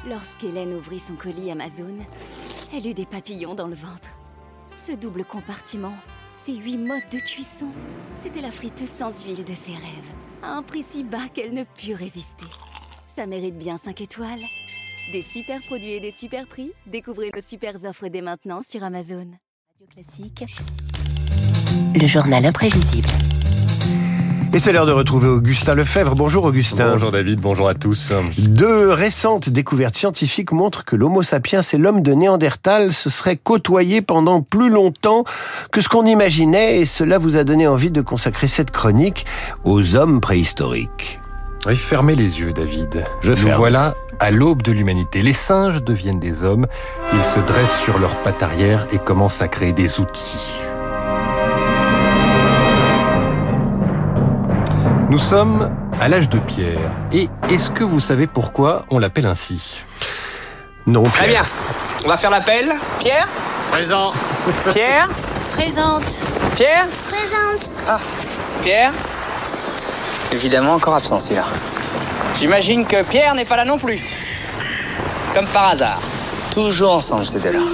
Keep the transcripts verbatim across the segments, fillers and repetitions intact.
Lorsqu'Hélène ouvrit son colis Amazon, elle eut des papillons dans le ventre. Ce double compartiment, ces huit modes de cuisson, c'était la friteuse sans huile de ses rêves, à un prix si bas qu'elle ne put résister. Ça mérite bien cinq étoiles. Des super produits et des super prix, découvrez nos super offres dès maintenant sur Amazon. Radio Classique, le journal imprévisible. Et c'est l'heure de retrouver Augustin Lefebvre. Bonjour Augustin. Bonjour David, bonjour à tous. Deux récentes découvertes scientifiques montrent que l'Homo sapiens et l'homme de Néandertal se seraient côtoyés pendant plus longtemps que ce qu'on imaginait, et cela vous a donné envie de consacrer cette chronique aux hommes préhistoriques. Oui, fermez les yeux David. Je Nous ferme. voilà à l'aube de l'humanité. Les singes deviennent des hommes, ils se dressent sur leurs pattes arrière et commencent à créer des outils. Nous sommes à l'âge de pierre. Et est-ce que vous savez pourquoi on l'appelle ainsi ? Non, Très Pierre. bien. On va faire l'appel. Pierre ? Présent. Pierre ? Présente. Pierre ? Présente. Ah. Pierre ? Évidemment encore absent celui-là. J'imagine que Pierre n'est pas là non plus. Comme par hasard. Toujours ensemble ces deux-là.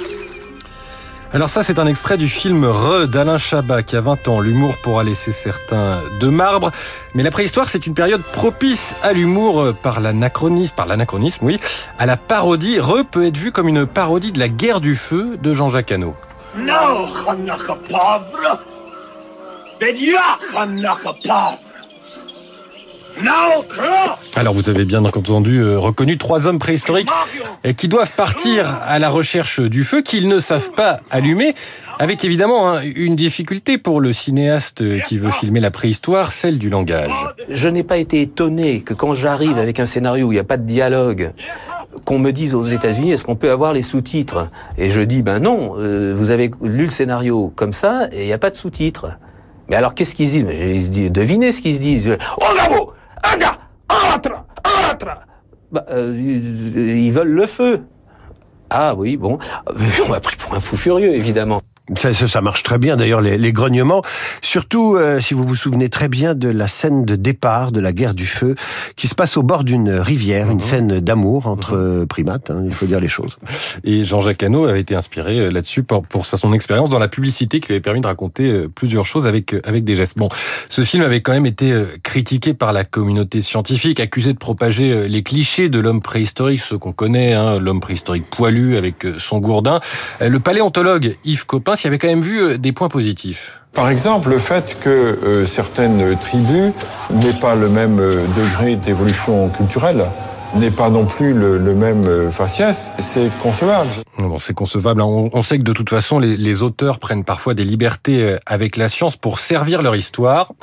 Alors ça, c'est un extrait du film Re d'Alain Chabat qui a vingt ans. L'humour pourra laisser certains de marbre. Mais la préhistoire, c'est une période propice à l'humour par l'anachronisme, par l'anachronisme, oui, à la parodie. Re peut être vu comme une parodie de la guerre du feu de Jean-Jacques Hano. No, Hanaka pauvre. Bédia, Hanaka pauvre. No, cross. Alors vous avez bien entendu euh, reconnu trois hommes préhistoriques euh, qui doivent partir à la recherche du feu, qu'ils ne savent pas allumer, avec évidemment hein, une difficulté pour le cinéaste qui veut filmer la préhistoire, celle du langage. Je n'ai pas été étonné que quand j'arrive avec un scénario où il n'y a pas de dialogue, qu'on me dise aux États-Unis, est-ce qu'on peut avoir les sous-titres ? Et je dis, ben non, euh, vous avez lu le scénario comme ça et il n'y a pas de sous-titres. Mais alors qu'est-ce qu'ils se disent ? Ils se disent, devinez ce qu'ils se disent. Oh gabo, aga, entre, entre. Bah, euh, ils veulent le feu. Ah oui, bon, on m'a pris pour un fou furieux, évidemment. Ça, ça, ça marche très bien, d'ailleurs, les, les grognements. Surtout, euh, si vous vous souvenez très bien de la scène de départ de la guerre du feu, qui se passe au bord d'une rivière, mmh. une scène d'amour entre mmh. primates, hein, il faut dire les choses. Et Jean-Jacques Hano avait été inspiré là-dessus pour, pour son expérience dans la publicité qui lui avait permis de raconter plusieurs choses avec, avec des gestes. Bon, ce film avait quand même été critiqué par la communauté scientifique, accusé de propager les clichés de l'homme préhistorique, ceux qu'on connaît, hein, l'homme préhistorique poilu avec son gourdin. Le paléontologue Yves Coppens y avait quand même vu des points positifs. Par exemple, le fait que euh, certaines tribus n'aient pas le même euh, degré d'évolution culturelle, n'aient pas non plus le, le même euh, faciès, c'est concevable. Bon, c'est concevable. On, on sait que de toute façon, les, les auteurs prennent parfois des libertés avec la science pour servir leur histoire.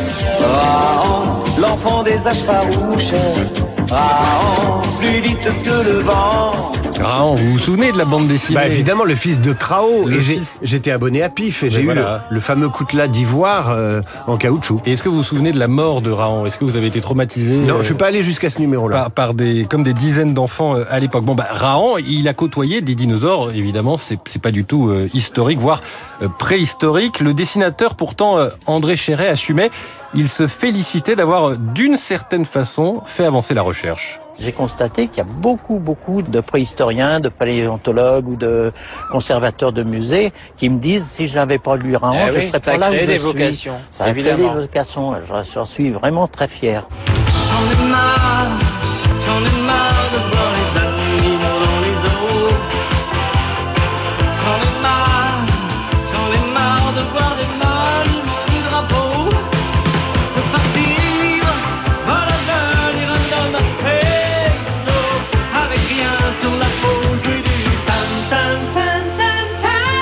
Rahan, l'enfant des âges farouches, Rahan, plus vite que le vent. Rahan, vous vous souvenez de la bande dessinée ? Bah évidemment, le fils de Krao. Le et fils... j'ai, j'étais abonné à Pif et j'ai voilà. eu le, le fameux coutelas d'ivoire euh, en caoutchouc. Et est-ce que vous vous souvenez de la mort de Rahan ? Est-ce que vous avez été traumatisé ? Non, euh, je suis pas allé jusqu'à ce numéro-là. Par, par des, comme des dizaines d'enfants euh, à l'époque. Bon, bah Rahan, il a côtoyé des dinosaures. Évidemment, c'est, c'est pas du tout euh, historique, voire euh, préhistorique. Le dessinateur, pourtant, euh, André Chéret, assumait. Il se félicitait d'avoir, d'une certaine façon, fait avancer la recherche. J'ai constaté qu'il y a beaucoup, beaucoup de préhistoriens, de paléontologues ou de conservateurs de musées qui me disent si je n'avais pas lu Rahan, eh je oui, serais pas là où je des suis. vocations, ça a créé des vocations. J'en suis vraiment très fier. J'en ai marre, j'en ai marre de voir les animaux dans les eaux. J'en ai marre, j'en ai marre de voir des mâles du drapeau. Je veux partir, voilà je dire un homme presto, avec rien sur la peau, je dis tan tan tan tan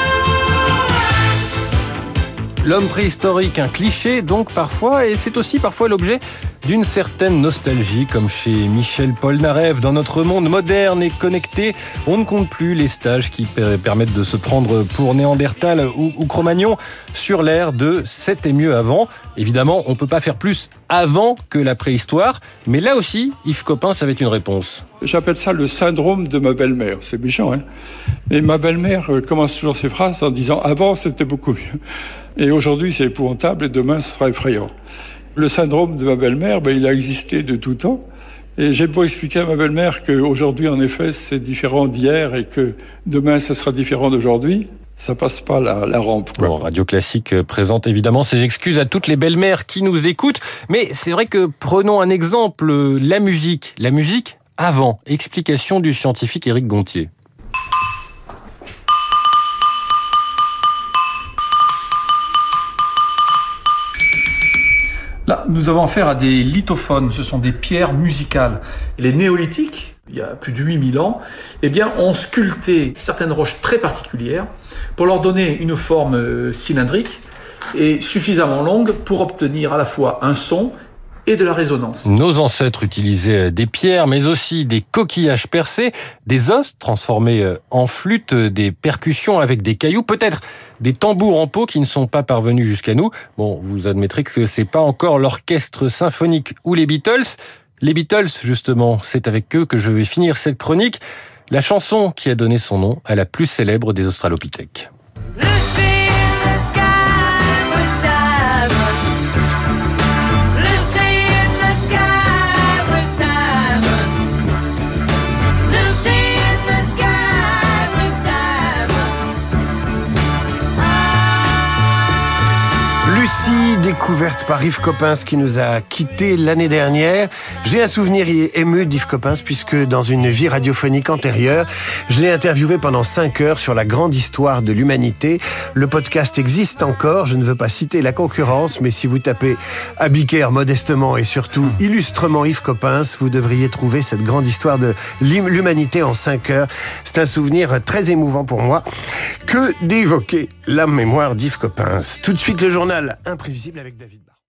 tan. L'homme préhistorique, un cliché donc parfois, et c'est aussi parfois l'objet d'une certaine nostalgie, comme chez Michel Polnareff. Dans notre monde moderne et connecté, on ne compte plus les stages qui permettent de se prendre pour Néandertal ou, ou Cro-Magnon sur l'ère de c'était mieux avant. Évidemment, on ne peut pas faire plus avant que la préhistoire, mais là aussi, Yves Coppens avait une réponse. J'appelle ça le syndrome de ma belle-mère. C'est méchant, hein ? Mais ma belle-mère commence toujours ses phrases en disant « avant, c'était beaucoup mieux ». Et aujourd'hui, c'est épouvantable et demain, ce sera effrayant. Le syndrome de ma belle-mère, ben, il a existé de tout temps. Et j'ai beau expliquer à ma belle-mère qu'aujourd'hui, en effet, c'est différent d'hier et que demain, ça sera différent d'aujourd'hui, ça passe pas la, la rampe, quoi. Bon, Radio Classique présente évidemment ses excuses à toutes les belles-mères qui nous écoutent. Mais c'est vrai que prenons un exemple, la musique. La musique avant. Explication du scientifique Éric Gontier. Là, nous avons affaire à des lithophones, ce sont des pierres musicales. Les néolithiques, il y a plus de huit mille ans, eh bien, ont sculpté certaines roches très particulières pour leur donner une forme cylindrique et suffisamment longue pour obtenir à la fois un son et de la résonance. Nos ancêtres utilisaient des pierres, mais aussi des coquillages percés, des os transformés en flûte, des percussions avec des cailloux, peut-être des tambours en peau qui ne sont pas parvenus jusqu'à nous. Bon, vous admettrez que c'est pas encore l'orchestre symphonique ou les Beatles. Les Beatles, justement, c'est avec eux que je vais finir cette chronique. La chanson qui a donné son nom à la plus célèbre des Australopithèques. Lucie, découverte par Yves Coppens qui nous a quittés l'année dernière. J'ai un souvenir ému d'Yves Coppens puisque dans une vie radiophonique antérieure, je l'ai interviewé pendant cinq heures sur la grande histoire de l'humanité. Le podcast existe encore, je ne veux pas citer la concurrence, mais si vous tapez Abiker modestement et surtout illustrement Yves Coppens, vous devriez trouver cette grande histoire de l'humanité en cinq heures. C'est un souvenir très émouvant pour moi que d'évoquer la mémoire d'Yves Coppens. Tout de suite le journal imprévisible avec David.